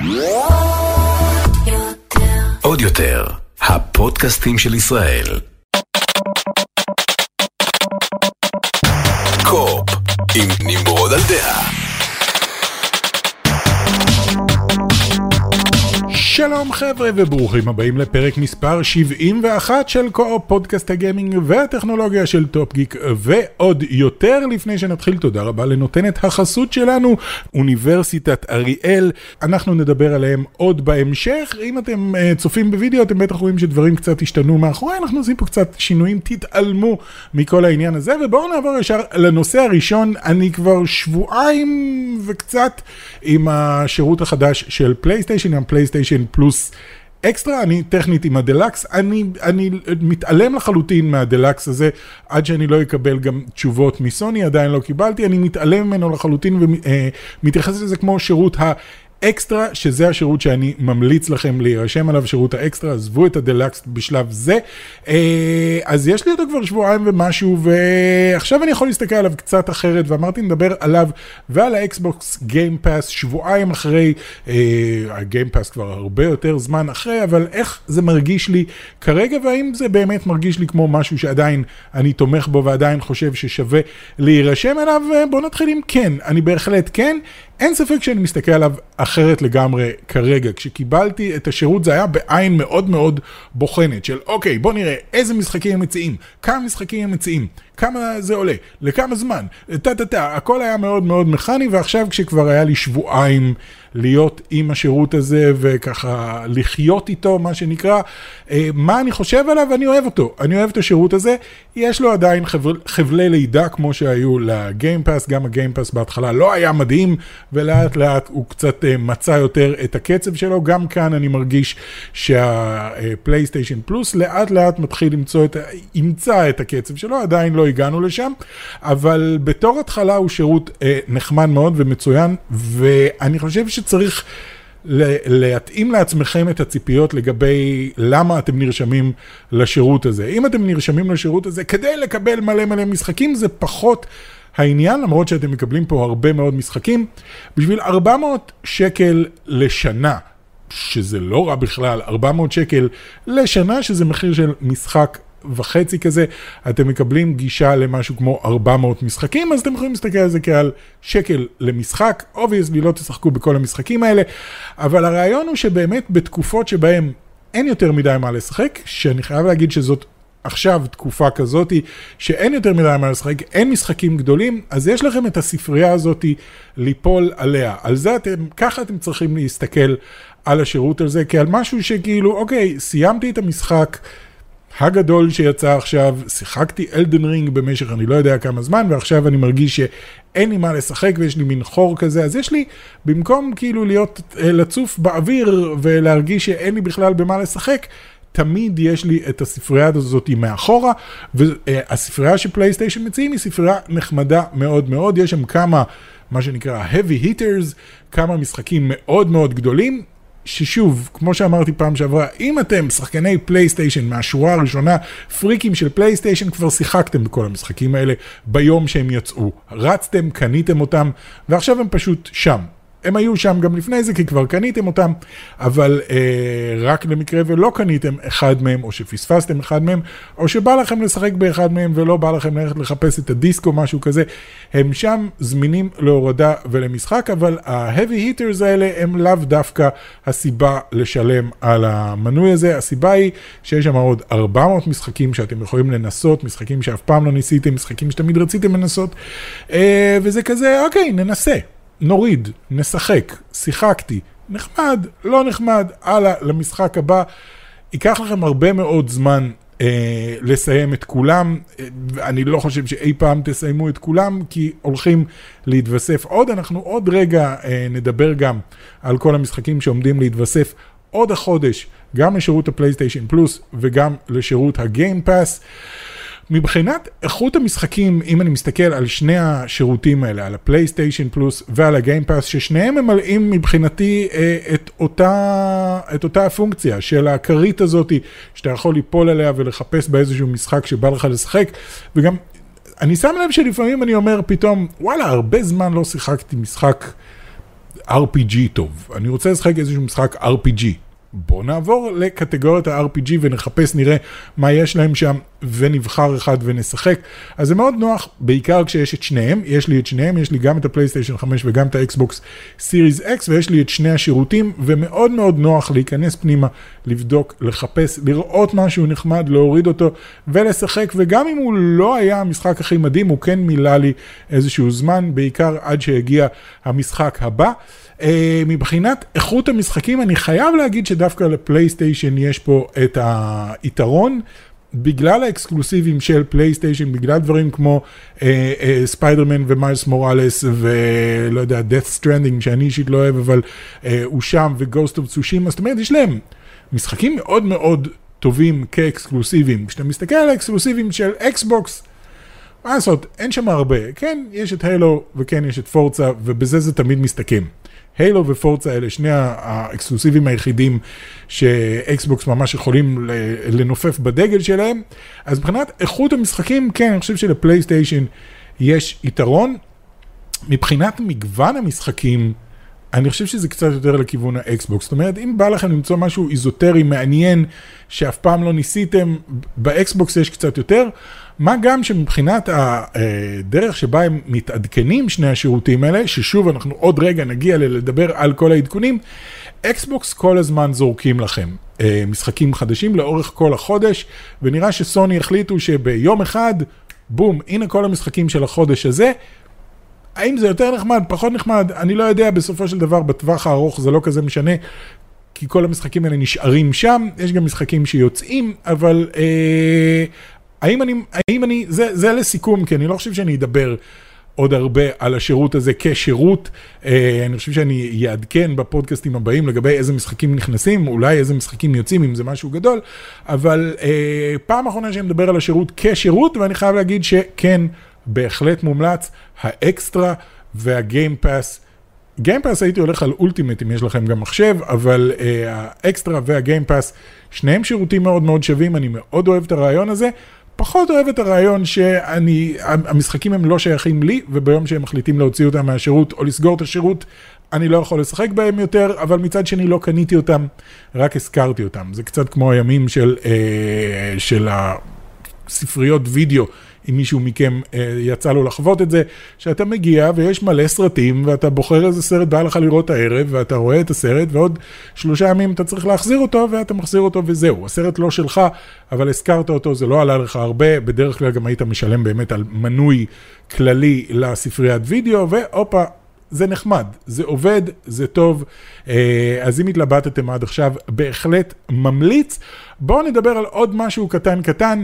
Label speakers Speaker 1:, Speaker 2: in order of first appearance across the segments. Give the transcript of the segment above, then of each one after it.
Speaker 1: עוד יותר, הפודקאסטים של ישראל. קופ עם נמרוד על דעה.
Speaker 2: שלום חבר'ה וברוכים הבאים לפרק מספר 71 של קופ, פודקאסט הגיימינג והטכנולוגיה של טופ גיק ועוד יותר. לפני שנתחיל, תודה רבה לנותנת החסות שלנו, אוניברסיטת אריאל. אנחנו נדבר עליהם עוד בהמשך. אם אתם צופים בווידאו, אתם בטח רואים שדברים קצת השתנו מאחורי. אנחנו עושים פה קצת שינויים, תתעלמו מכל העניין הזה. ובואו נעבור ישר לנושא הראשון. אני כבר שבועיים וקצת עם השירות החדש של פלייסטיישן, עם פלייסטיישן פלוס אקסטרה. אני טכנית עם הדלקס, אני מתעלם לחלוטין מהדלקס הזה, עד שאני לא אקבל גם תשובות מסוני, עדיין לא קיבלתי, אני מתעלם ממנו לחלוטין, ומתייחס לזה כמו שירות אקסטרה, שזה השירות שאני ממליץ לכם להירשם עליו, שירות האקסטרה. עזבו את הדלקס בשלב זה. אז יש לי אותו כבר שבועיים ומשהו, ועכשיו אני יכול להסתכל עליו קצת אחרת, ואמרתי נדבר עליו ועל האקסבוקס גיים פאס שבועיים אחרי, הגיים פאס כבר הרבה יותר זמן אחרי, אבל איך זה מרגיש לי כרגע, והאם זה באמת מרגיש לי כמו משהו שעדיין אני תומך בו ועדיין חושב ששווה להירשם אליו. בואו נתחיל עם כן, אני בהחלט כן. אין ספק שאני מסתכל עליו אחרת לגמרי כרגע. כשקיבלתי את השירות זה היה בעין מאוד מאוד בוחנת של אוקיי, בוא נראה איזה משחקים הם מציעים, כמה משחקים הם מציעים, כמה זה עולה, לכמה זמן, הכל היה מאוד מאוד מכני. ועכשיו כשכבר היה לי שבועיים להיות עם השירות הזה וככה לחיות איתו, מה שנקרא, מה אני חושב עליו? אני אוהב אותו, אני אוהב את השירות הזה. יש לו עדיין חבלי לידה כמו שהיו לגיים פאס. גם הגיים פאס בהתחלה לא היה מדהים, ולאט לאט הוא קצת מצא יותר את הקצב שלו. גם כאן אני מרגיש שהפלייסטיישן פלוס לאט לאט מתחיל ימצא את הקצב שלו. עדיין לא הגענו לשם, אבל בתור התחלה הוא שירות נחמד מאוד ומצוין, ואני חושב שצריך להתאים לעצמכם את הציפיות לגבי למה אתם נרשמים לשירות הזה. אם אתם נרשמים לשירות הזה כדי לקבל מלא מלא משחקים, זה פחות העניין, למרות שאתם מקבלים פה הרבה מאוד משחקים. בשביל 400 שקל לשנה, שזה לא רע בכלל, 400 שקל לשנה, שזה מחיר של משחק וחצי כזה, אתם מקבלים גישה למשהו כמו 400 משחקים, אז אתם יכולים להסתכל על זה כעל שקל למשחק. obviously לא תשחקו בכל המשחקים האלה, אבל הרעיון הוא שבאמת בתקופות שבהם אין יותר מדי מה לשחק, שאני חייב להגיד שזאת עכשיו תקופה כזאת שאין יותר מדי מה לשחק, אין משחקים גדולים, אז יש לכם את הספרייה הזאת ליפול עליה. על זה ככה אתם צריכים להסתכל על השירות הזה, כעל משהו שכאילו, אוקיי, סיימתי את המשחק הגדול שיצא עכשיו, שיחקתי אלדן רינג במשך אני לא יודע כמה זמן, ועכשיו אני מרגיש שאין לי מה לשחק ויש לי מין חור כזה, אז יש לי, במקום כאילו לצוף באוויר ולהרגיש שאין לי בכלל במה לשחק, תמיד יש לי את הספרייה הזאת מאחורה, והספרייה שפלייסטיישן מציעים היא ספרייה נחמדה מאוד מאוד. יש שם כמה, מה שנקרא heavy hitters, כמה משחקים מאוד מאוד גדולים, ששוב, כמו שאמרתי פעם שעברה, אם אתם שחקני פלייסטיישן מהשורה הראשונה, פריקים של פלייסטיישן, כבר שיחקתם בכל המשחקים האלה ביום שהם יצאו. רצתם, קניתם אותם, ועכשיו הם פשוט שם. הם היו שם גם לפני זה, כי כבר קניתם אותם, אבל רק למקרה ולא קניתם אחד מהם, או שפספסתם אחד מהם, או שבא לכם לשחק באחד מהם, ולא בא לכם ללכת לחפש את הדיסק או משהו כזה, הם שם זמינים להורדה ולמשחק, אבל ה-heavy hitters האלה הם לאו דווקא הסיבה לשלם על המנוי הזה. הסיבה היא שיש שם עוד 400 משחקים שאתם יכולים לנסות, משחקים שאף פעם לא ניסיתם, משחקים שתמיד רציתם לנסות, וזה כזה, אוקיי, ננסה. נוריד, נשחק, שיחקתי, נחמד, לא נחמד, הלאה, למשחק הבא. ייקח לכם הרבה מאוד זמן לסיים את כולם, אני לא חושב שאי פעם תסיימו את כולם, כי הולכים להתווסף עוד. אנחנו עוד רגע נדבר גם על כל המשחקים שעומדים להתווסף עוד החודש, גם לשירות הפלייסטיישן פלוס וגם לשירות הגיים פאס. מבחינת איכות המשחקים, אם אני מסתכל על שני השירותים האלה, על הפלייסטיישן פלוס ועל הגיים פאס, ששניהם ממלאים מבחינתי את אותה הפונקציה של הכרית הזאת, שאתה יכול ליפול עליה ולחפש באיזשהו משחק שבא לך לשחק. וגם אני שם לב שלפעמים אני אומר פתאום, וואלה, הרבה זמן לא שיחקתי משחק RPG טוב, אני רוצה לשחק איזשהו משחק RPG. בוא נעבור לקטגוריית ה-RPG ונחפש, נראה מה יש להם שם, ונבחר אחד ונשחק. אז זה מאוד נוח, בעיקר כשיש את שניהם, יש לי את שניהם, יש לי גם את הפלייסטיישן 5 וגם את האקסבוקס סיריס X, ויש לי את שני השירותים, ומאוד מאוד נוח להיכנס פנימה, לבדוק, לחפש, לראות משהו נחמד, להוריד אותו ולשחק, וגם אם הוא לא היה המשחק הכי מדהים, הוא כן מילא לי איזשהו זמן, בעיקר עד שהגיע המשחק הבא. מבחינת איכות המשחקים, אני חייב להגיד שדווקא לפלייסטיישן יש פה את היתרון, בגלל האקסקלוסיבים של פלייסטיישן, בגלל דברים כמו ספיידרמן ומיילס מוראלס, ולא יודע, Death Stranding, שאני אישית לא אוהב, אבל הוא שם, וגוסט אוף צושימה, זאת אומרת, יש להם משחקים מאוד מאוד טובים כאקסקלוסיבים. כשאתה מסתכל על האקסקלוסיבים של אקסבוקס, מה לעשות, אין שם הרבה. כן, יש את הילו, וכן יש את פורצה, ובזה זה תמיד מסתכם. הילו ופורצה אלה שני האקסקלוסיבים היחידים שאקסבוקס ממש יכולים לנופף בדגל שלהם. אז מבחינת איכות המשחקים, כן, אני חושב שלפלייסטיישן יש יתרון. מבחינת מגוון המשחקים, אני חושב שזה קצת יותר לכיוון האקסבוקס. זאת אומרת, אם בא לכם למצוא משהו איזוטרי מעניין שאף פעם לא ניסיתם, באקסבוקס יש קצת יותר. מה גם שמבחינת הדרך שבה הם מתעדכנים שני השירותים האלה, ששוב אנחנו עוד רגע נגיע לדבר על כל העדכונים, אקסבוקס כל הזמן זורקים לכם משחקים חדשים לאורך כל החודש, ונראה שסוני החליטו שביום אחד, בום, הנה כל המשחקים של החודש הזה. האם זה יותר נחמד, פחות נחמד? אני לא יודע, בסופו של דבר בטווח הארוך זה לא כזה משנה, כי כל המשחקים האלה נשארים שם, יש גם משחקים שיוצאים, אבל זה לסיכום, כי אני לא חושב שאני אדבר עוד הרבה על השירות הזה כשירות, אני חושב שאני יעדכן בפודקאסטים הבאים לגבי איזה משחקים נכנסים, אולי איזה משחקים יוצאים, אם זה משהו גדול, אבל פעם אחרונה שאני מדבר על השירות כשירות, ואני חייב להגיד שכן, בהחלט מומלץ, האקסטרה והגיימפאס, גיימפאס הייתי הולך על אולטימט אם יש לכם גם מחשב, אבל האקסטרה והגיימפאס, שניהם שירותים מאוד מאוד שווים, אני מאוד אוהב את הרעיון הזה, פחות אוהב את הרעיון שהמשחקים הם לא שייכים לי, וביום שהם מחליטים להוציא אותם מהשירות או לסגור את השירות, אני לא יכול לשחק בהם יותר, אבל מצד שני לא קניתי אותם, רק הזכרתי אותם. זה קצת כמו הימים של הספריות וידאו, אם מישהו מכם יצא לו לחוות את זה, שאתה מגיע ויש מלא סרטים, ואתה בוחר איזה סרט בא לך לראות הערב, ואתה רואה את הסרט, ועוד 3 ימים אתה צריך להחזיר אותו, ואתה מחזיר אותו וזהו. הסרט לא שלך, אבל הזכרת אותו, זה לא עלה לך הרבה, בדרך כלל גם היית משלם באמת על מנוי כללי לספריית וידאו, ואופה, זה נחמד, זה עובד, זה טוב, אז אם התלבטתם עד עכשיו, בהחלט ממליץ. בואו נדבר על עוד משהו קטן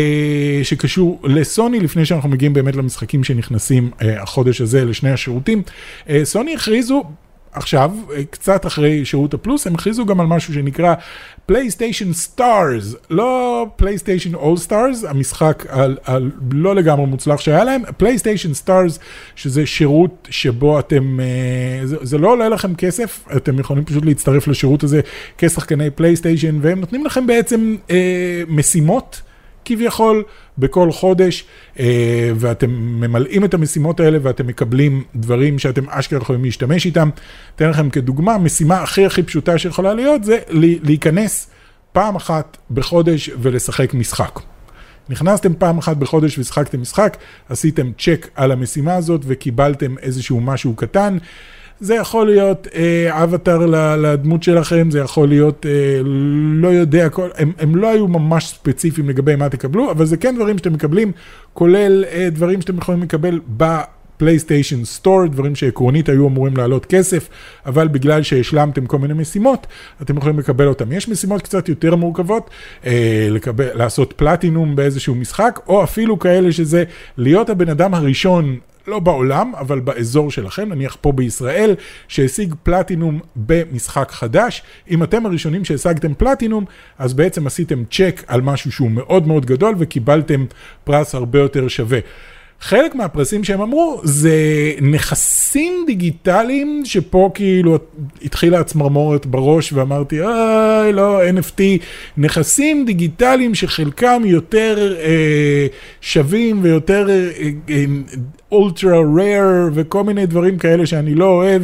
Speaker 2: שקשור לסוני, לפני שאנחנו מגיעים באמת למשחקים שנכנסים החודש הזה לשני השירותים. סוני הכריזו עכשיו, קצת אחרי שירות הפלוס, הם הכריזו גם על משהו שנקרא פלייסטיישן סטארס, לא פלייסטיישן אול סטארס, המשחק לא לגמרי מוצלח שהיה להם, פלייסטיישן סטארס, שזה שירות שבו אתם, זה לא עולה לכם כסף, אתם יכולים פשוט להצטרף לשירות הזה כשחקני פלייסטיישן, והם נותנים לכם בעצם משימות, כביכול בכל חודש, ואתם ממלאים את המשימות האלה, ואתם מקבלים דברים שאתם אשכרה יכולים להשתמש איתם. אתן לכם כדוגמה, משימה הכי פשוטה שיכולה להיות, זה להיכנס פעם אחת בחודש ולשחק משחק. נכנסתם פעם אחת בחודש ושחקתם משחק, עשיתם צ'ק על המשימה הזאת, וקיבלתם איזשהו משהו קטן. זה יכול להיות אבטר לדמות שלכם, זה יכול להיות, לא יודע, הם לא היו ממש ספציפיים לגבי מה תקבלו, אבל זה כן דברים שאתם מקבלים, כולל דברים שאתם יכולים לקבל בפלייסטיישן סטור, דברים שעקרונית היו אמורים לעלות כסף, אבל בגלל שהשלמתם כל מיני משימות, אתם יכולים לקבל אותם. יש משימות קצת יותר מורכבות, לעשות פלטינום באיזשהו משחק, או אפילו כאלה שזה להיות הבן אדם הראשון, לא בעולם, אבל באזור שלכם, נניח פה בישראל, שהשיג פלטינום במשחק חדש. אם אתם הראשונים שהשגתם פלטינום, אז בעצם עשיתם צ'ק על משהו שהוא מאוד מאוד גדול, וקיבלתם פרס הרבה יותר שווה. חלק מהפרסים שהם אמרו, זה נכסים דיגיטליים, שפה כאילו התחילה הצמרמורת בראש, ואמרתי, לא, NFT, נכסים דיגיטליים שחלקם יותר שווים, ויותר אולטרה רייר, וכל מיני דברים כאלה שאני לא אוהב,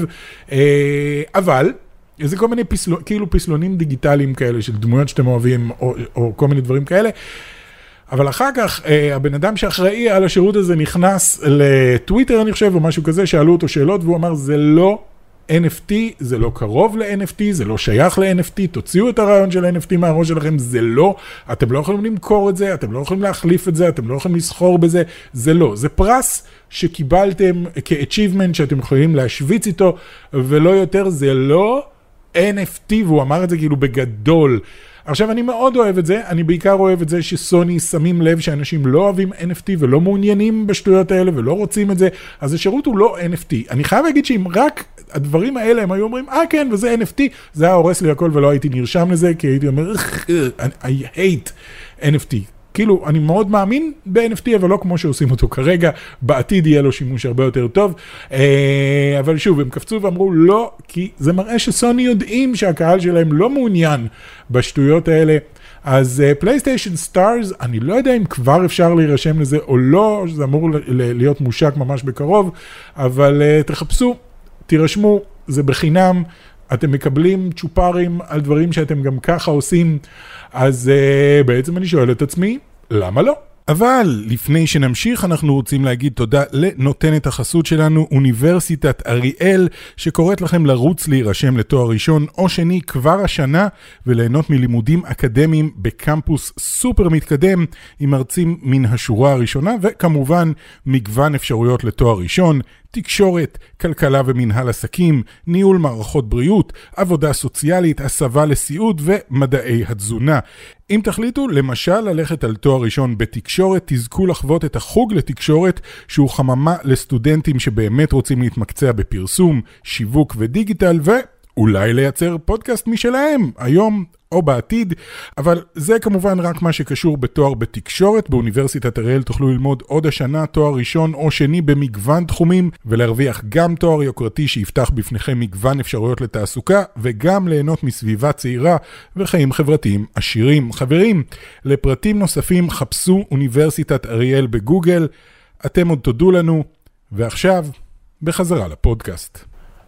Speaker 2: אבל, זה כל מיני כאילו פסלונים דיגיטליים כאלה, של דמויות שאתם אוהבים, או כל מיני דברים כאלה, אבל אחר כך, הבן אדם שאחראי על השירות הזה נכנס לטוויטר, אני חושב, או משהו כזה, שאלו אותו שאלות, והוא אמר, זה לא NFT, זה לא קרוב ל-NFT, זה לא שייך ל-NFT, תוציאו את הרעיון של NFT מהראש שלכם, זה לא, אתם לא יכולים למכור את זה, אתם לא יכולים להחליף את זה, אתם לא יכולים לסחור בזה, זה לא, זה פרס שקיבלתם כ-achievement שאתם יכולים להשוויץ איתו, ולא יותר, זה לא NFT, והוא אמר את זה כאילו בגדול. עכשיו, אני מאוד אוהב את זה, אני בעיקר אוהב את זה שסוני שמים לב שאנשים לא אוהבים NFT ולא מעוניינים בשטויות האלה ולא רוצים את זה, אז השירות הוא לא NFT. אני חייב להגיד שאם רק הדברים האלה הם היו אומרים, כן, וזה NFT, זה היה הורס לי הכל ולא הייתי נרשם לזה, כי הייתי אומר, I hate NFT. כאילו, אני מאוד מאמין ב-NFT, אבל לא כמו שעושים אותו כרגע, בעתיד יהיה לו שימוש הרבה יותר טוב, אבל שוב, הם קפצו ואמרו לא, כי זה מראה שסוני יודעים שהקהל שלהם לא מעוניין בשטויות האלה, אז פלייסטיישן סטארס, אני לא יודע אם כבר אפשר להירשם לזה או לא, זה אמור להיות מושק ממש בקרוב, אבל תחפשו, תירשמו, זה בחינם, אתם מקבלים צ'ופרים על דברים שאתם גם ככה עושים, אז בעצם אני שואל את עצמי, למה לא? אבל לפני שנמשיך, אנחנו רוצים להגיד תודה לנותנת החסות שלנו, אוניברסיטת אריאל, שקוראת לכם לרוץ להירשם לתואר ראשון או שני כבר השנה, וליהנות מלימודים אקדמיים בקמפוס סופר מתקדם, עם מרצים מן השורה הראשונה, וכמובן מגוון אפשרויות לתואר ראשון, תקשורת, כלכלה ומנהל עסקים, ניהול מערכות בריאות, עבודה סוציאלית, הסבה לסיעוד ומדעי התזונה. אם תחליטו למשל ללכת על תואר ראשון בתקשורת, תזכו לחוות את החוג לתקשורת, שהוא חממה לסטודנטים שבאמת רוצים להתמקצע בפרסום, שיווק ודיגיטל, ואולי לייצר פודקאסט משלהם, היום או בעתיד, אבל זה כמובן רק מה שקשור בתואר בתקשורת. באוניברסיטת אריאל תוכלו ללמוד עוד השנה תואר ראשון או שני במגוון תחומים, ולהרוויח גם תואר יוקרתי שיפתח בפניכם מגוון אפשרויות לתעסוקה, וגם ליהנות מסביבה צעירה וחיים חברתיים עשירים. חברים, לפרטים נוספים חפשו אוניברסיטת אריאל בגוגל, אתם עוד תודו לנו, ועכשיו בחזרה לפודקאסט.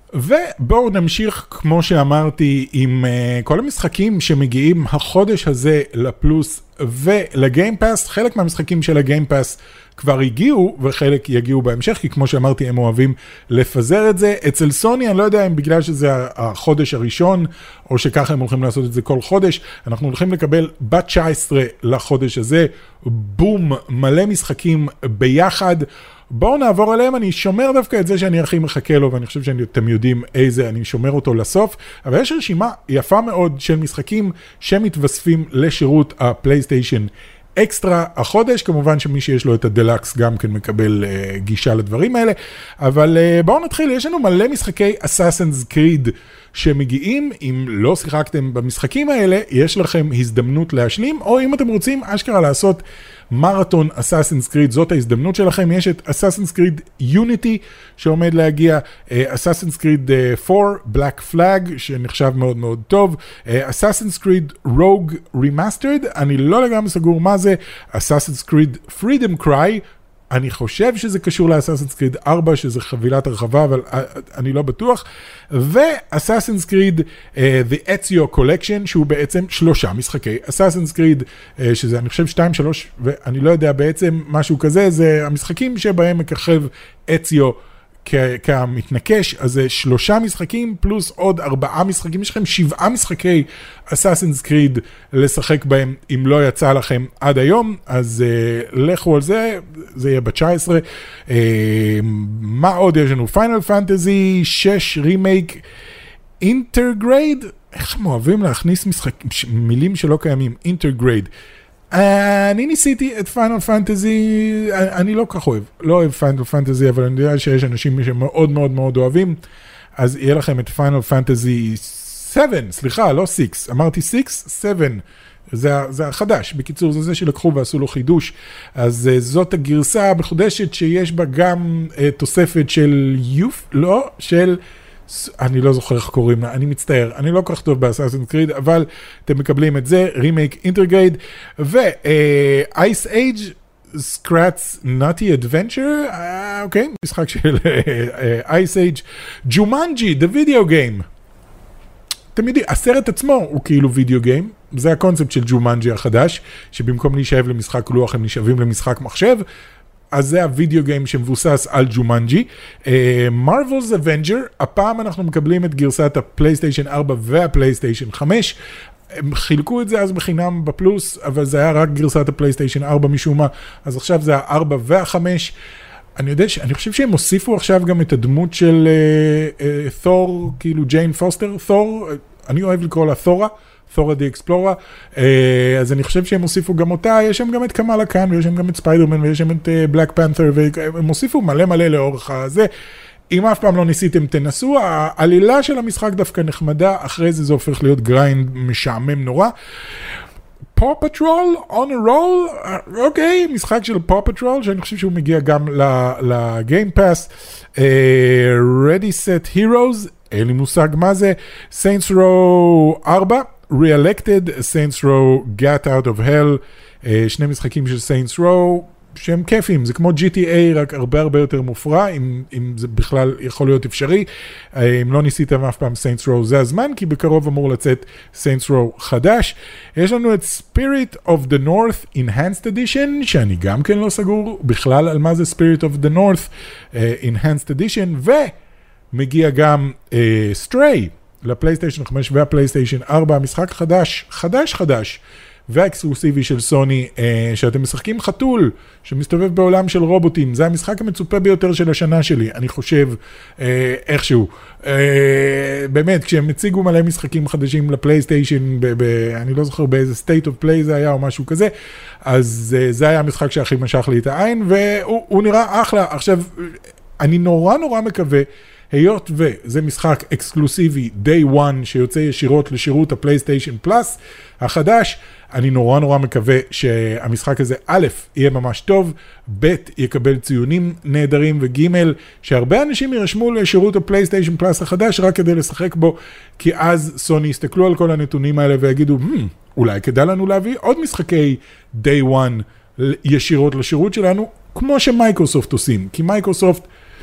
Speaker 2: ובואו נמשיך, כמו שאמרתי, עם כל המשחקים שמגיעים החודש הזה לפלוס ולגיימפאס. חלק מהמשחקים של הגיימפאס כבר הגיעו, וחלק יגיעו בהמשך, כי כמו שאמרתי, הם אוהבים לפזר את זה. אצל סוני, אני לא יודע אם בגלל שזה החודש הראשון, או שככה הם הולכים לעשות את זה כל חודש, אנחנו הולכים לקבל ב-19 לחודש הזה, בום, מלא משחקים ביחד. בואו נעבור עליהם, אני שומר דווקא את זה שאני הכי מחכה לו, ואני חושב שאתם יודעים איזה, אני שומר אותו לסוף, אבל יש רשימה יפה מאוד של משחקים שמתווספים לשירות הפלייסטיישן אקסטרה החודש, כמובן שמי שיש לו את הדלקס גם כן מקבל גישה לדברים האלה, אבל בואו נתחיל, יש לנו מלא משחקי Assassin's Creed שמגיעים. אם לא שיחקתם במשחקים האלה, יש לכם הזדמנות להשלים, או אם אתם רוצים אשכרה לעשות מרתון Assassin's Creed, זאת ההזדמנות שלכם. יש את Assassin's Creed Unity שעומד להגיע, Assassin's Creed 4 Black Flag שנחשב מאוד מאוד טוב, Assassin's Creed Rogue Remastered, אני לא לגמרי סגור מה זה, Assassin's Creed Freedom Cry, אני חושב שזה קשור ל-Assassin's Creed 4, שזה חבילת הרחבה, אבל אני לא בטוח. ו-Assassin's Creed The Ezio Collection, שהוא בעצם 3 משחקי Assassin's Creed, שזה אני חושב 2, 3, ואני לא יודע בעצם משהו כזה, זה המשחקים שבהם מככב אציו כמתנקש, אז זה 3 משחקים פלוס עוד 4 משחקים, יש לכם 7 משחקי Assassin's Creed לשחק בהם, אם לא יצא לכם עד היום, אז לכו על זה, זה יהיה ב-19. מה עוד יש לנו? Final Fantasy 6 רימייק, Intergrade, איך הם אוהבים להכניס מילים שלא קיימים, Intergrade. אני ניסיתי את פיינל פנטזי, אני לא כך אוהב, לא אוהב פיינל פנטזי, אבל אני יודע שיש אנשים שמאוד מאוד מאוד אוהבים, אז יהיה לכם את פיינל פנטזי 7, סליחה, לא 6, אמרתי 6, 7, זה החדש. בקיצור, זה שלקחו ועשו לו חידוש. אז זאת הגרסה המחודשת שיש בה גם תוספת של אני לא זוכר איך קוראים לה, אני מצטער, אני לא כל כך טוב באסאסינס קריד, אבל אתם מקבלים את זה, רימייק אינטרגרייד, ו-Ice Age Scrat's Nutty Adventure, אוקיי, משחק של Ice Age, Jumanji, the video game. אתם יודעים, הסרט עצמו הוא כאילו וידאו גיים, זה הקונספט של ג'ומנג'י החדש, שבמקום להישאב למשחק לוח הם נשאבים למשחק מחשב, אז זה הווידאו גיים שמבוסס על ג'ומנג'י. Marvel's Avenger, הפעם אנחנו מקבלים את גרסת הפלייסטיישן 4 והפלייסטיישן 5, הם חילקו את זה אז בחינם בפלוס, אבל זה היה רק גרסת הפלייסטיישן 4 משום מה, אז עכשיו זה ה-4 וה-5, אני חושב שהם הוסיפו עכשיו גם את הדמות של תור, כאילו ג'יין פוסטר, תור, אני אוהב לקרוא לה תורה, תורה די אקספלורה, אז אני חושב שהם הוסיפו גם אותה, יש שם גם את קמאלה קאן, ויש שם גם את ספיידרמן, ויש שם את בלק פנת'ר, והם הוסיפו מלא לאורך הזה. אם אף פעם לא ניסיתם, תנסו, העלילה של המשחק דווקא נחמדה, אחרי זה הופך להיות גריינד משעמם נורא. פאו פטרול, on a roll, אוקיי, משחק של פאו פטרול, שאני חושב שהוא מגיע גם לגיים פאס, Ready Set Heroes, אין לי מושג מה זה, Saints Row 4, Re-Elected, Saints Row Get Out of Hell, שני משחקים של Saints Row, שהם כיפים, זה כמו GTA, רק הרבה יותר מופרע, אם זה בכלל יכול להיות אפשרי. אם לא ניסיתם אף פעם Saints Row, זה הזמן, כי בקרוב אמור לצאת Saints Row חדש. יש לנו את Spirit of the North Enhanced Edition, שאני גם כן לא סגור בכלל על מה זה Spirit of the North Enhanced Edition, ומגיע גם Stray לפלייסטיישן 5 והפלייסטיישן 4, המשחק חדש, והאקסקלוסיבי של סוני, שאתם משחקים חתול, שמסתובב בעולם של רובוטים, זה המשחק המצופה ביותר של השנה שלי, אני חושב, איכשהו. באמת, כשהם הציגו מלא משחקים חדשים לפלייסטיישן, אני לא זוכר באיזה state of play זה היה או משהו כזה, אז זה היה המשחק שהכי משך לי את העין, והוא נראה אחלה. עכשיו, אני נורא מקווה, היות וזה משחק אקסקלוסיבי day one שיוצא ישירות לשירות הפלייסטיישן פלאס החדש, אני נורא מקווה שהמשחק הזה א' יהיה ממש טוב, ב' יקבל ציונים נהדרים וג' שהרבה אנשים ירשמו לשירות הפלייסטיישן פלאס החדש רק כדי לשחק בו, כי אז סוני יסתכלו על כל הנתונים האלה ויגידו, אולי כדאי לנו להביא עוד משחקי day one ישירות לשירות שלנו, כמו שמייקרוסופט עושים, כי מייקרוסופט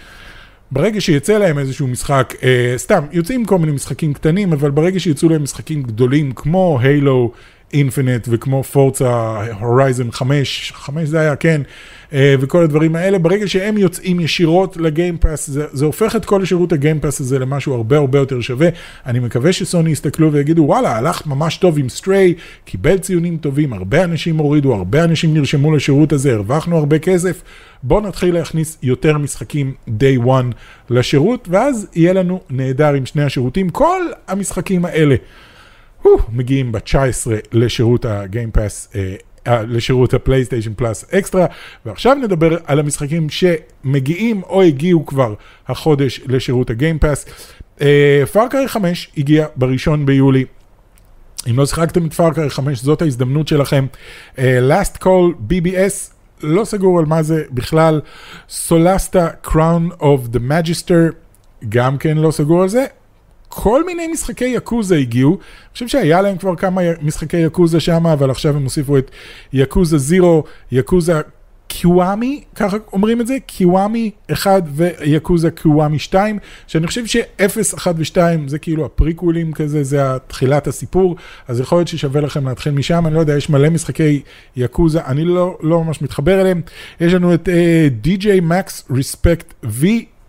Speaker 2: ברגע שיצא להם איזשהו משחק, סתם, יוצאים כל מיני משחקים קטנים, אבל ברגע שיצאו להם משחקים גדולים, כמו הילו אינפיניט, וכמו פורצה הורייזן 5 זה היה, כן, וכל הדברים האלה, ברגע שהם יוצאים ישירות לגיים פאס, זה הופך את כל השירות הגיים פאס הזה למשהו הרבה יותר שווה. אני מקווה שסוני יסתכלו ויגידו, וואלה, הלך ממש טוב עם סטריי, קיבל ציונים טובים, הרבה אנשים הורידו, הרבה אנשים נרשמו לשירות הזה, הרווחנו הרבה כסף, בואו נתחיל להכניס יותר משחקים day one לשירות, ואז יהיה לנו נהדר עם שני השירותים. כל המשחקים האלה מגיעים ב-19 לשירות הגיים פאס, לשירות הפלייסטיישן פלאס אקסטרה, ועכשיו נדבר על המשחקים שמגיעים או הגיעו כבר החודש לשירות הגיים פאס. Far Cry 5 הגיע בראשון ביולי, אם לא שיחקתם את Far Cry 5 זאת ההזדמנות שלכם. Last Call BBS, לא סגור על מה זה בכלל, Solasta Crown of the Magister, גם כן לא סגור על זה. כל מיני משחקי יקוזה הגיעו, אני חושב שהיה להם כבר כמה משחקי יקוזה שם, אבל עכשיו הם הוסיפו את יקוזה 0, יקוזה קיוואמי, ככה אומרים את זה, קיוואמי 1 ויקוזה קיוואמי 2, שאני חושב ש0, 1 ו-2 זה כאילו הפריקולים כזה, זה תחילת הסיפור, אז יכול להיות ששווה לכם להתחיל משם, אני לא יודע, יש מלא משחקי יקוזה, אני לא ממש מתחבר אליהם. יש לנו את DJ Max Respect V,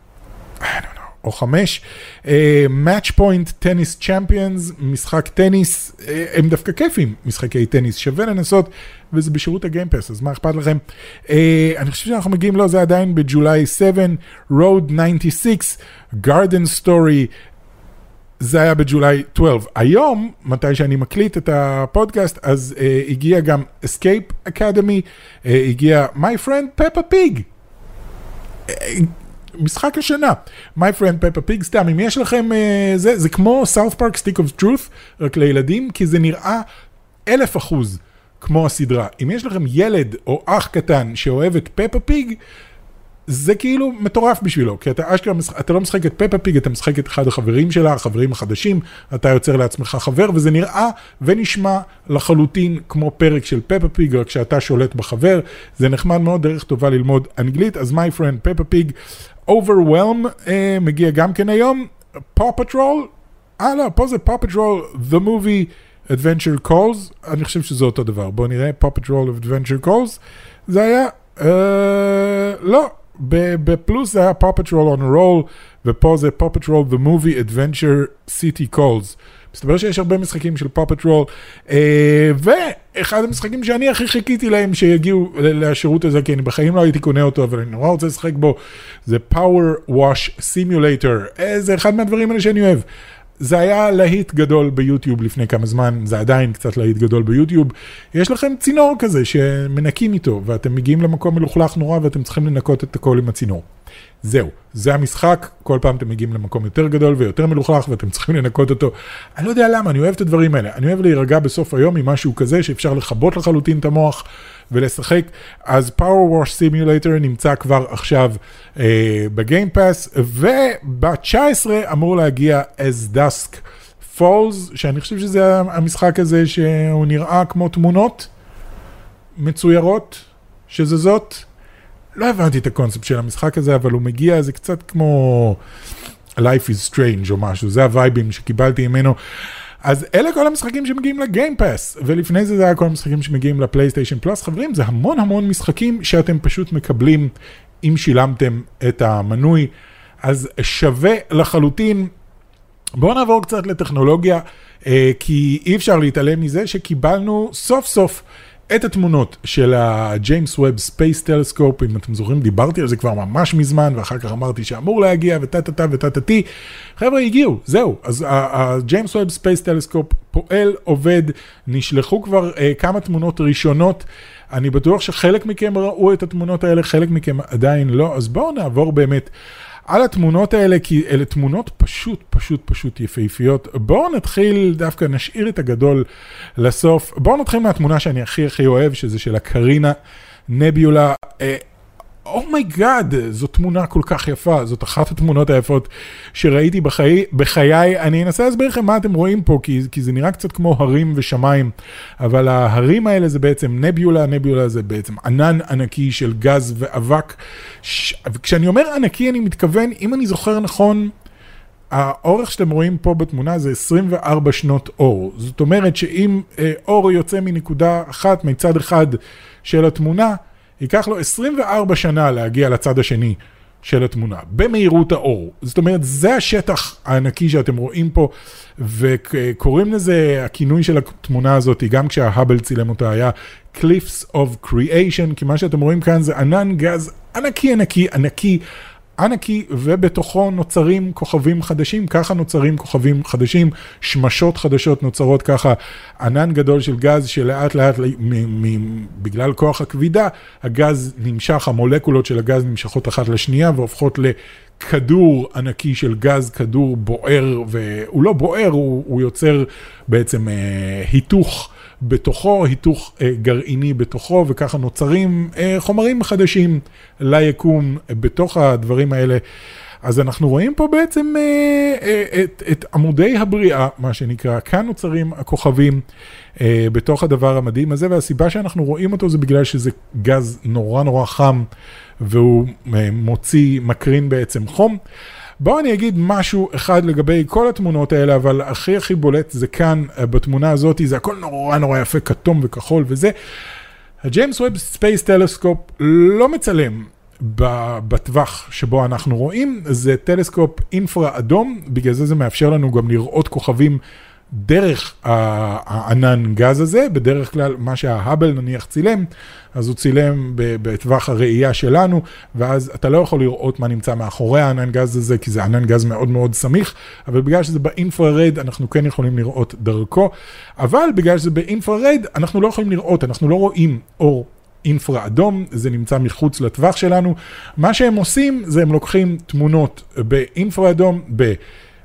Speaker 2: או 5, Match Point Tennis Champions, משחק טניס, הם דווקא כיפים, משחקי טניס, שווה לנסות, וזה בשירות הגיים פאס, אז מה אכפת לכם? אני חושב שאנחנו מגיעים לו, זה עדיין בג'ולי 7, Road 96, Garden Story, זה היה בג'ולי 12. היום, מתי שאני מקליט את הפודקאסט, אז הגיע גם Escape Academy, הגיע My Friend Peppa Pig, משחק השנה, My Friend Peppa Pig, סתם, אם יש לכם, זה כמו South Park Stick of Truth, רק לילדים, כי זה נראה 1000% כמו הסדרה. אם יש לכם ילד או אח קטן שאוהב את פפה פיג, זה כאילו מטורף בשבילו, כי אתה לא משחק את פפה פיג, אתה משחק את אחד החברים שלה, החברים החדשים, אתה יוצר לעצמך חבר, וזה נראה ונשמע לחלוטין כמו פרק של פפה פיג, רק שאתה שולט בחבר, זה נחמד מאוד, דרך טובה ללמוד אנגלית, אז my friend פפה פיג, Overwhelm מגיע גם כן היום, Paw Patrol, לא, פה זה Paw Patrol, The Movie Adventure Calls, אני חושב שזה אותו דבר, בואו נראה, Paw Patrol of Adventure Calls, זה היה, לא, בפלוס זה היה Paw Patrol on a Roll, ופה זה Paw Patrol The Movie Adventure City Calls. מסתבר שיש הרבה משחקים של Paw Patrol, ואחד המשחקים שאני הכי חיכיתי להם שיגיעו לשירות הזה, כי אני בחיים לא הייתי קונה אותו, אבל אני נורא רוצה לשחק בו, זה Power Wash Simulator. זה אחד מהדברים האלה שאני אוהב. זה היה להיט גדול ביוטיוב לפני כמה זמן, זה עדיין קצת להיט גדול ביוטיוב. יש לכם צינור כזה שמנקים איתו, ואתם מגיעים למקום מלוכלך נורא, ואתם צריכים לנקות את הכל עם הצינור. זהו, זה המשחק, כל פעם אתם מגיעים למקום יותר גדול ויותר מלוכלך, ואתם צריכים לנקות אותו. אני לא יודע למה, אני אוהב את הדברים האלה. אני אוהב להירגע בסוף היום עם משהו כזה, שאפשר לחבות לחלוטין את המוח ולשחק. אז Power Wash Simulator נמצא כבר עכשיו בגיים פאס, וב-19 אמור להגיע As Dusk Falls, שאני חושב שזה המשחק הזה שהוא נראה כמו תמונות מצוירות, שזה זאת. לא הבנתי את הקונספט של המשחק הזה, אבל הוא מגיע, זה קצת כמו Life is Strange או משהו, זה הווייבים שקיבלתי ממנו. אז אלה כל המשחקים שמגיעים לגיים פאס, ולפני זה היה כל המשחקים שמגיעים לפלייסטיישן פלוס. חברים, זה המון המון משחקים שאתם פשוט מקבלים אם שילמתם את המנוי, אז שווה לחלוטין. בואו נעבור קצת לטכנולוגיה, כי אי אפשר להתעלם מזה שקיבלנו סוף סוף את התמונות של ה-James Webb Space Telescope, אם אתם זוכרים, דיברתי על זה כבר ממש מזמן, ואחר כך אמרתי שאמור להגיע, וטטטה וטטטי. חבר'ה, הגיעו, זהו. אז ה-James Webb Space Telescope פועל, עובד, נשלחו כבר כמה תמונות ראשונות. אני בטוח שחלק מכם ראו את התמונות האלה, חלק מכם עדיין לא. אז בואו נעבור באמת על התמונות האלה, כי אלה תמונות פשוט יפהפיות. בואו נתחיל, דווקא נשאיר את הגדול לסוף. בואו נתחיל מהתמונה שאני הכי אוהב, שזה של הקרינה נביולה. אומייגאד, זו תמונה כל כך יפה, זאת אחת התמונות היפות שראיתי בחיי. אני אנסה להסביר לכם מה אתם רואים פה, כי זה נראה קצת כמו הרים ושמיים, אבל ההרים האלה זה בעצם נביולה, נביולה זה בעצם ענן ענקי של גז ואבק. כשאני אומר ענקי אני מתכוון, אם אני זוכר נכון, האורך שאתם רואים פה בתמונה זה 24 שנות אור. זאת אומרת שאם אור יוצא מנקודה אחת, מצד אחד של התמונה, ייקח לו 24 שנה להגיע לצד השני של התמונה, במהירות האור. זאת אומרת, זה השטח הענקי שאתם רואים פה, וקוראים לזה, הכינוי של התמונה הזאת, גם כשההאבל צילם אותה, היה Cliffs of Creation, כי מה שאתם רואים כאן זה ענן גז ענקי, ובתוכו נוצרים כוכבים חדשים, ככה נוצרים כוכבים חדשים, שמשות חדשות נוצרות ככה, ענן גדול של גז שלאט לאט, בגלל כוח הכבידה, הגז נמשך, המולקולות של הגז נמשכות אחת לשנייה, והופכות לכדור ענקי של גז, כדור בוער, והוא לא בוער, הוא יוצר בעצם היתוך בתוכו, היתוך גרעיני בתוכו, וככה נוצרים חומרים חדשים ליקום בתוך הדברים האלה. אז אנחנו רואים פה בעצם את עמודי הבריאה, מה שנקרא, כאן נוצרים הכוכבים בתוך הדבר המדהים הזה, והסיבה שאנחנו רואים אותו זה בגלל שזה גז נורא חם, והוא מקרין בעצם חום. בואו אני אגיד משהו אחד לגבי כל התמונות האלה, אבל הכי בולט זה כאן בתמונה הזאת, זה הכל נורא יפה, כתום וכחול וזה. הג'יימס ווב ספייס טלסקופ לא מצלם בטווח שבו אנחנו רואים, זה טלסקופ אינפרה אדום, בגלל זה מאפשר לנו גם לראות כוכבים דרך הענן גז הזה, בדרך כלל מה שההאבל נניח צילם, אז הוא צילם בטווח הראייה שלנו, ואז אתה לא יכול לראות מה נמצא מאחורי הענן גז הזה, כי זה ענן גז מאוד סמיך, אבל בגלל שזה באינפרארד, אנחנו כן יכולים לראות דרכו, אבל בגלל שזה באינפרארד, אנחנו לא יכולים לראות, אנחנו לא רואים אור אינפרה אדום, זה נמצא מחוץ לטווח שלנו. מה שהם עושים, זה הם לוקחים תמונות באינפרה אדום,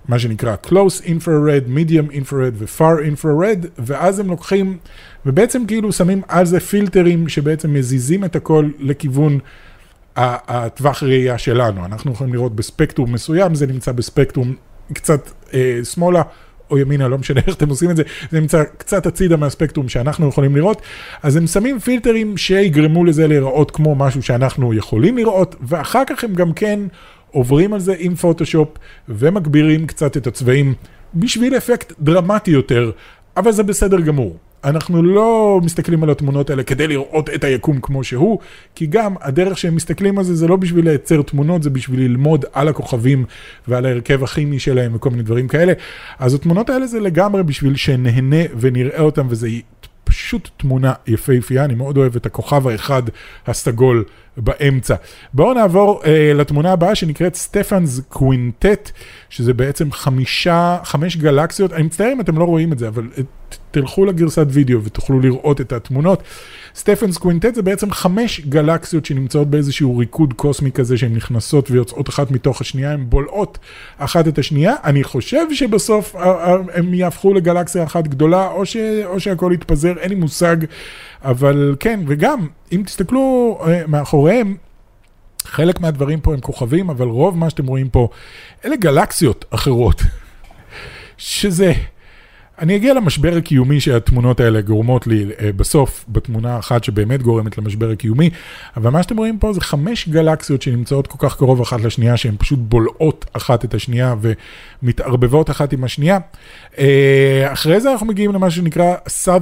Speaker 2: מה שנקרא Close Infrared, Medium Infrared ו-Far Infrared, ואז הם לוקחים, ובעצם כאילו שמים על זה פילטרים שבעצם מזיזים את הכל לכיוון הטווח ראייה שלנו. אנחנו יכולים לראות בספקטרום מסוים, זה נמצא בספקטרום קצת שמאלה, או ימינה, לא משנה איך אתם עושים את זה, זה נמצא קצת הצידה מהספקטרום שאנחנו יכולים לראות, אז הם שמים פילטרים שיגרמו לזה להיראות כמו משהו שאנחנו יכולים לראות, ואחר כך הם גם כן עוברים על זה עם פוטושופ, ומגבירים קצת את הצבעים, בשביל אפקט דרמטי יותר, אבל זה בסדר גמור. אנחנו לא מסתכלים על התמונות האלה כדי לראות את היקום כמו שהוא, כי גם הדרך שהם מסתכלים על זה, זה לא בשביל לייצר תמונות, זה בשביל ללמוד על הכוכבים ועל ההרכב הכימי שלהם וכל מיני דברים כאלה. אז התמונות האלה זה לגמרי בשביל שנהנה ונראה אותם, וזה פשוט תמונה יפהפייה. אני מאוד אוהב את הכוכב האחד הסגול באמצע. בואו נעבור לתמונה הבאה שנקראת סטפנס קווינטט, שזה בעצם 5 גלקסיות. אני מצטער אם אתם לא רואים את זה, אבל תלכו לגרסת וידאו ותוכלו לראות את התמונות. סטפנס קווינטט זה בעצם 5 גלקסיות שנמצאות באיזשהו ריקוד קוסמי כזה, שהן נכנסות ויוצאות אחת מתוך השנייה, הן בולעות אחת את השנייה. אני חושב שבסוף הם יהפכו לגלקסיה אחת גדולה, או שהכל יתפזר, אין לי מושג. אבל כן, וגם, אם תסתכלו מאחוריהם, חלק מהדברים פה הם כוכבים, אבל רוב מה שאתם רואים פה, אלה גלקסיות אחרות. שזה, אני אגיע למשבר הקיומי שהתמונות האלה גורמות לי בסוף, בתמונה אחת שבאמת גורמת למשבר הקיומי, אבל מה שאתם רואים פה זה 5 גלקסיות שנמצאות כל כך קרוב אחת לשנייה, שהן פשוט בולעות אחת את השנייה ומתערבבות אחת עם השנייה. אחרי זה אנחנו מגיעים למה שנקרא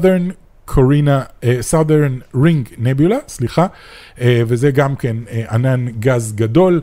Speaker 2: Southern Ring Nebula, סליחה, וזה גם כן ענן גז גדול,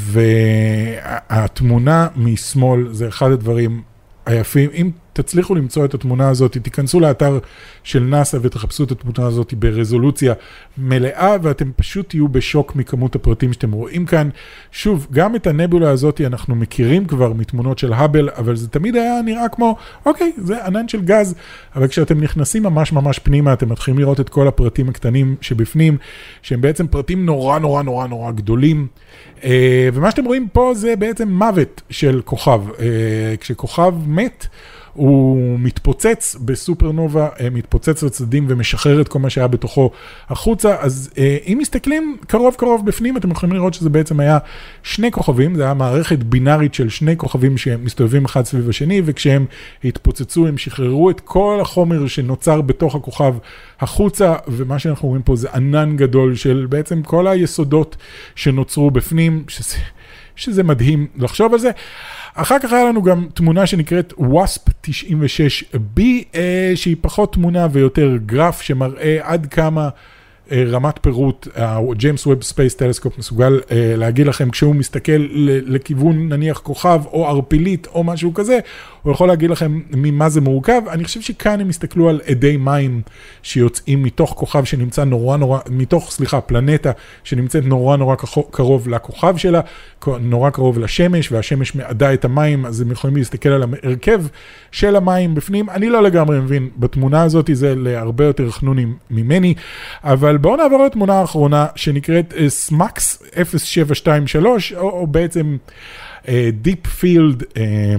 Speaker 2: והתמונה משמאל זה אחד הדברים היפים. אם תצליחו למצוא את התמונה הזאת, תיכנסו לאתר של נאסא ותחפשו את התמונה הזאת ברזולוציה מלאה, ואתם פשוט תהיו בשוק מכמות הפרטים שאתם רואים כאן. שוב, גם את הנבולה הזאת אנחנו מכירים כבר מתמונות של האבל, אבל זה תמיד היה נראה כמו, אוקיי, זה ענן של גז, אבל כשאתם נכנסים ממש ממש פנימה, אתם מתחילים לראות את כל הפרטים הקטנים שבפנים, שהם בעצם פרטים נורא נורא נורא נורא גדולים, ומה שאתם רואים פה זה בעצם מוות של כוכב. כשכוכב מת, הוא מתפוצץ בסופרנובה, מתפוצץ לצדדים ומשחרר את כל מה שהיה בתוכו החוצה. אז אם מסתכלים קרוב קרוב בפנים, אתם יכולים לראות שזה בעצם היה 2 כוכבים, זה היה מערכת בינארית של 2 כוכבים שמסתובבים אחד סביב השני, וכשהם התפוצצו הם שחררו את כל החומר שנוצר בתוך הכוכב החוצה, ומה שאנחנו רואים פה זה ענן גדול של בעצם כל היסודות שנוצרו בפנים, שזה מדהים לחשוב על זה. אחר כך היה לנו גם תמונה שנקראת WASP-96b, שהיא פחות תמונה ויותר גרף שמראה עד כמה רמת פירוט, הג'יימס ווב ספייס טלסקופ מסוגל להגיד לכם כשהוא מסתכל לכיוון נניח כוכב או ערפילית או משהו כזה, הוא יכול להגיד לכם ממה זה מורכב. אני חושב שכאן הם הסתכלו על עדי מים שיוצאים מתוך כוכב שנמצא פלנטה שנמצאת נורא נורא קרוב לכוכב שלה, נורא קרוב לשמש, והשמש מעדה את המים, אז הם יכולים להסתכל על ההרכב של המים בפנים. אני לא לגמרי מבין בתמונה הזאת, זה להרבה יותר חנונים ממני, אבל בואו נעבור לתמונה האחרונה שנקראת SMACS 0723, או בעצם Deep Field.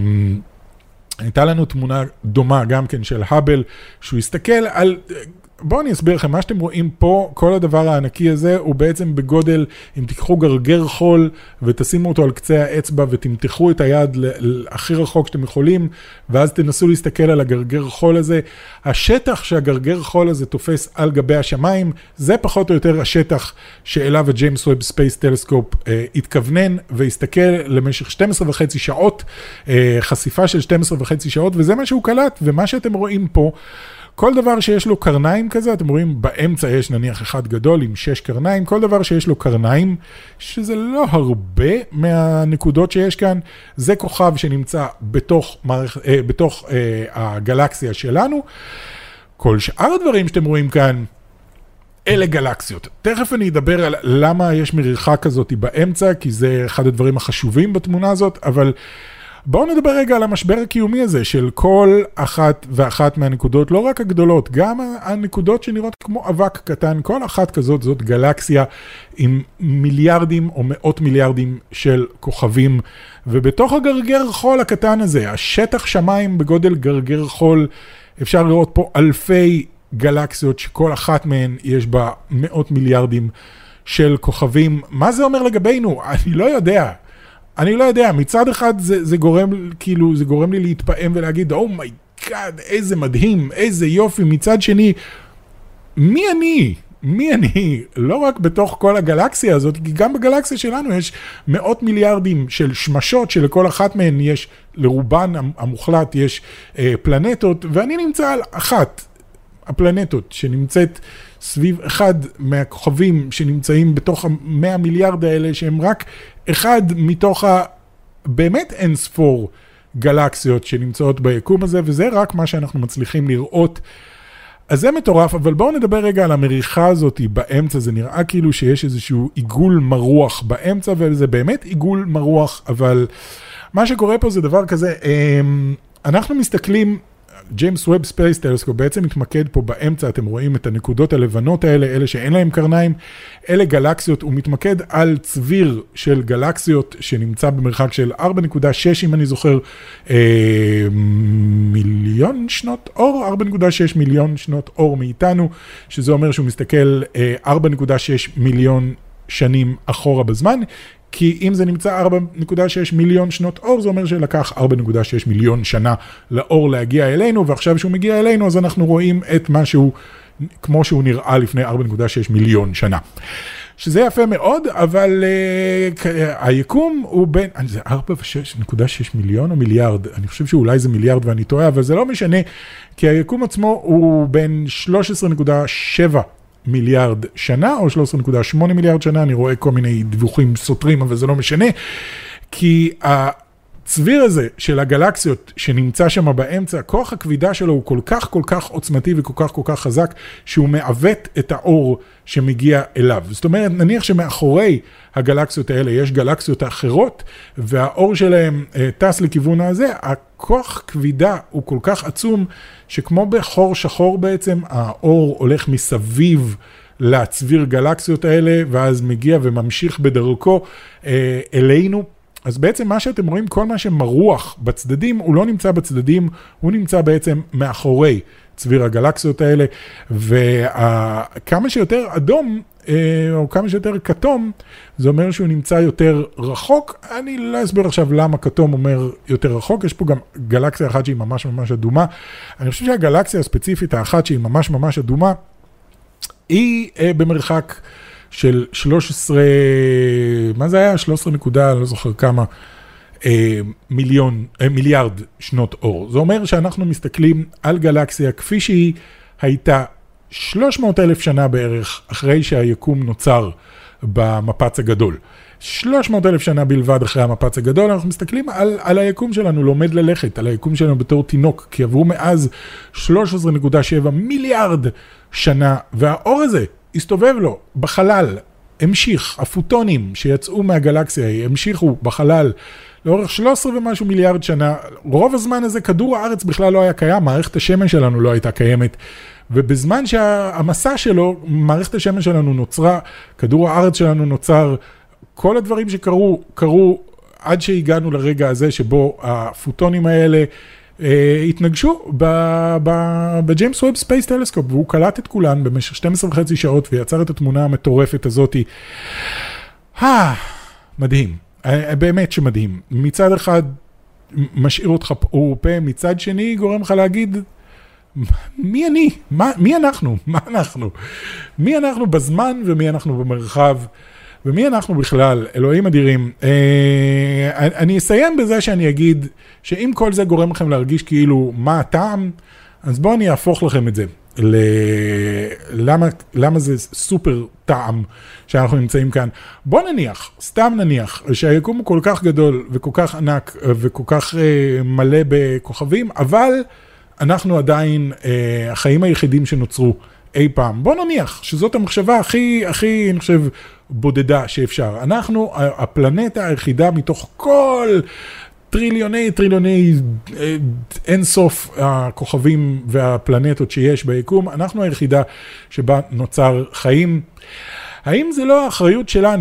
Speaker 2: הייתה לנו תמונה דומה גם כן של האבל, שהוא הסתכל על, בואו אני אסביר לכם, מה שאתם רואים פה, כל הדבר הענקי הזה הוא בעצם בגודל, אם תיקחו גרגר חול ותשימו אותו על קצה האצבע ותמתחו את היד הכי רחוק שאתם יכולים, ואז תנסו להסתכל על הגרגר חול הזה. השטח שהגרגר חול הזה תופס על גבי השמיים, זה פחות או יותר השטח שאליו הג'יימס ווב ספייס טלסקופ התכוונן והסתכל למשך 12.5 שעות, חשיפה של 12.5 שעות, וזה מה שהוא קלט. ומה שאתם רואים פה, כל דבר שיש לו קרניים כזה, אתם רואים באמצע יש נניח אחד גדול עם 6 קרניים, כל דבר שיש לו קרניים, שזה לא הרבה מהנקודות שיש כאן, זה כוכב שנמצא בתוך הגלקסיה שלנו. כל שאר הדברים שאתם רואים כאן, אלה גלקסיות. תכף אני אדבר על למה יש מריחה כזאת באמצע, כי זה אחד הדברים החשובים בתמונה הזאת, אבל בואו נדבר רגע על המשבר הקיומי הזה של כל אחת ואחת מהנקודות, לא רק הגדולות, גם הנקודות שנראות כמו אבק קטן, כל אחת כזאת זאת גלקסיה עם מיליארדים או מאות מיליארדים של כוכבים ובתוך הגרגר חול הקטן הזה, השטח שמיים בגודל גרגר חול, אפשר לראות פה אלפי גלקסיות שכל אחת מהן יש בה מאות מיליארדים של כוכבים. מה זה אומר לגבינו? אני לא יודע. מצד אחד זה גורם לי להתפעם ולהגיד, אומייגאד, איזה מדהים, איזה יופי. מצד שני, מי אני? לא רק בתוך כל הגלקסיה הזאת, כי גם בגלקסיה שלנו יש מאות מיליארדים של שמשות, שלכל אחת מהן יש, לרובן המוחלט יש פלנטות, ואני נמצא על אחת הפלנטות שנמצאת סביב אחד מהכוכבים שנמצאים בתוך 100 מיליארד האלה, שהם רק אחד מתוך באמת אין ספור גלקסיות שנמצאות ביקום הזה, וזה רק מה שאנחנו מצליחים לראות. אז זה מטורף, אבל בואו נדבר רגע על המריחה הזאת באמצע. זה נראה כאילו שיש איזשהו עיגול מרוח באמצע, וזה באמת עיגול מרוח, אבל מה שקורה פה זה דבר כזה, אנחנו מסתכלים, ג'יימס ווב ספייס טלסקופ בעצם מתמקד פה באמצע, אתם רואים את הנקודות הלבנות האלה, אלה שאין להם קרניים, אלה גלקסיות, הוא מתמקד על צביר של גלקסיות שנמצא במרחק של 4.6, אם אני זוכר, מיליון שנות אור, 4.6 מיליון שנות אור מאיתנו, שזה אומר שהוא מסתכל 4.6 מיליון שנים אחורה בזמן, כי אם זה נמצא 4.6 מיליון שנות אור, זה אומר שלקח 4.6 מיליון שנה לאור להגיע אלינו, ועכשיו שהוא מגיע אלינו, אז אנחנו רואים את משהו כמו שהוא נראה לפני 4.6 מיליון שנה. שזה יפה מאוד, אבל היקום הוא בין, זה 4.6 מיליון או מיליארד, אני חושב שאולי זה מיליארד ואני טועה, אבל זה לא משנה, כי היקום עצמו הוא בין 13.7 מיליארד שנה, או 13.8 מיליארד שנה, אני רואה כל מיני דיווחים סותרים, אבל זה לא משנה, כי הצביר הזה של הגלקסיות שנמצא שם באמצע, כוח הכבידה שלו הוא כל כך עוצמתי וכל כך חזק, שהוא מעוות את האור שמגיע אליו. זאת אומרת, נניח שמאחורי הגלקסיות האלה יש גלקסיות אחרות, והאור שלהם טס לכיוון הזה, הכוח כבידה הוא כל כך עצום, שכמו בחור שחור בעצם, האור הולך מסביב לצביר גלקסיות האלה, ואז מגיע וממשיך בדרכו אלינו. אז בעצם מה שאתם רואים, כל מה שמרוח בצדדים, הוא לא נמצא בצדדים, הוא נמצא בעצם מאחורי צביר הגלקסיות האלה, וכמה שיותר אדום, או כמה שיותר כתום, זה אומר שהוא נמצא יותר רחוק. אני לא אסביר עכשיו למה כתום אומר יותר רחוק, יש פה גם גלקסיה אחת שהיא ממש אדומה. אני חושב שהגלקסיה הספציפית האחת שהיא ממש אדומה, היא במרחק של 13, מה זה היה? 13 נקודה, אני לא זוכר כמה, מיליארד שנות אור. זה אומר שאנחנו מסתכלים על גלקסיה כפי שהיא הייתה 300,000 שנה בערך אחרי שהיקום נוצר במפץ הגדול. 300,000 שנה בלבד אחרי המפץ הגדול, אנחנו מסתכלים על היקום שלנו, לומד ללכת, על היקום שלנו בתור תינוק, כי עברו מאז 13.7 מיליארד שנה, והאור הזה הסתובב לו בחלל, המשיך, הפוטונים שיצאו מהגלקסיה, המשיכו בחלל, לאורך 13 ומשהו מיליארד שנה. רוב הזמן הזה כדור הארץ בכלל לא היה קיים, מערכת השמש שלנו לא הייתה קיימת, ובזמן שהמסע שלו, מערכת השמש שלנו נוצרה, כדור הארץ שלנו נוצר, כל הדברים קרו עד שהגענו לרגע הזה שבו הפוטונים האלה התנגשו בג'יימס ווב ספייס טלסקופ, והוא קלט את כולן במשך 12.5 שעות ויצר את התמונה המטורפת הזאת. מדהים, באמת שמדהים. מצד אחד משאיר אותך פה, מצד שני גורם לך להגיד, מי אני? מי אנחנו? מה אנחנו? מי אנחנו בזמן ומי אנחנו במרחב? ומי אנחנו בכלל? אלוהים אדירים. אני אסיים בזה שאני אגיד שאם כל זה גורם לכם להרגיש כאילו מה הטעם, אז בואו אני אהפוך לכם את זה. למה זה סופר טעם שאנחנו נמצאים כאן. בואו נניח, סתם נניח, שהיקום הוא כל כך גדול וכל כך ענק וכל כך מלא בכוכבים, אבל אנחנו עדיין החיים היחידים שנוצרו אי פעם. בוא נניח שזאת המחשבה הכי, אני חושב, בודדה שאפשר. אנחנו הפלנטה היחידה מתוך כל טריליוני אינסוף הכוכבים והפלנטות שיש ביקום, אנחנו היחידה שבה נוצר חיים. האם זה לא האחריות שלנו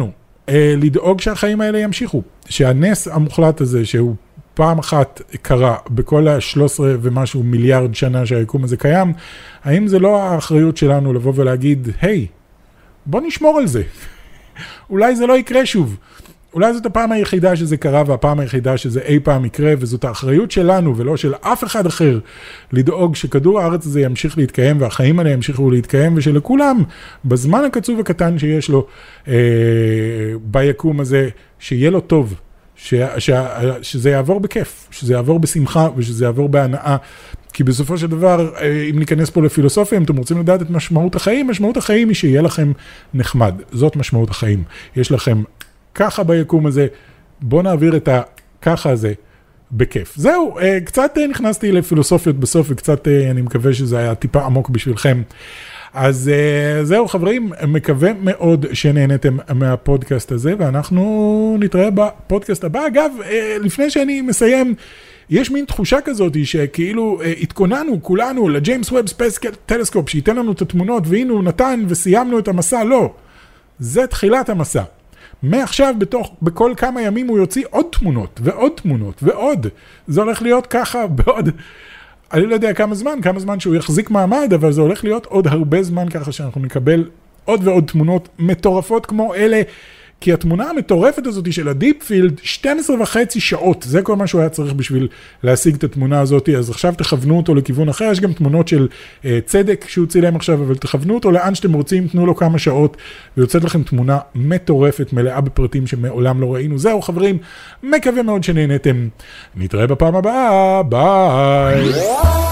Speaker 2: לדאוג שהחיים האלה ימשיכו, שהנס המוחלט הזה שהוא פעם אחת קרה בכל ה-13 ומשהו מיליארד שנה שהיקום הזה קיים, האם זה לא האחריות שלנו לבוא ולהגיד, היי, בוא נשמור על זה. אולי זה לא יקרה שוב. אולי זאת הפעם היחידה שזה קרה, והפעם היחידה שזה אי פעם יקרה, וזאת האחריות שלנו ולא של אף אחד אחר, לדאוג שכדור הארץ הזה ימשיך להתקיים, והחיים האלה ימשיכו להתקיים, ושלכולם, בזמן הקצוב הקטן שיש לו, ביקום הזה, שיהיה לו טוב, שזה יעבור בכיף, שזה יעבור בשמחה, ושזה יעבור בהנאה, כי בסופו של דבר, אם ניכנס פה לפילוסופיה, אם אתם רוצים לדעת את משמעות החיים, משמעות החיים היא שיהיה לכם נחמד. זאת משמעות החיים. יש לכם ככה ביקום הזה, בוא נעביר את הככה הזה בכיף. זהו, קצת נכנסתי לפילוסופיות בסוף, וקצת אני מקווה שזה היה טיפה עמוק בשבילכם. אז זהו חברים, מקווה מאוד שנהנתם מהפודקאסט הזה, ואנחנו נתראה בפודקאסט הבא. אגב, לפני שאני מסיים, יש מין תחושה כזאת שכאילו התכוננו כולנו לג'יימס ווב ספייס טלסקופ, שייתן לנו את התמונות, והנה הוא נתן וסיימנו את המסע. לא, זה תחילת המסע. מעכשיו בכל כמה ימים הוא יוציא עוד תמונות ועוד תמונות ועוד. זה הולך להיות ככה בעוד, אני לא יודע כמה זמן שהוא יחזיק מעמד, אבל זה הולך להיות עוד הרבה זמן ככה שאנחנו נקבל עוד ועוד תמונות מטורפות כמו אלה, כי התמונה המטורפת הזאת של הדיפפילד, 12.5 שעות, זה כל מה שהוא היה צריך בשביל להשיג את התמונה הזאת, אז עכשיו תכוונו אותו לכיוון אחר, יש גם תמונות של צדק שהוא צילם עכשיו, אבל תכוונו אותו לאן שאתם רוצים, תנו לו כמה שעות, ויוצאת לכם תמונה מטורפת, מלאה בפרטים שמעולם לא ראינו. זהו חברים, מקווה מאוד שנהנתם, נתראה בפעם הבאה, ביי!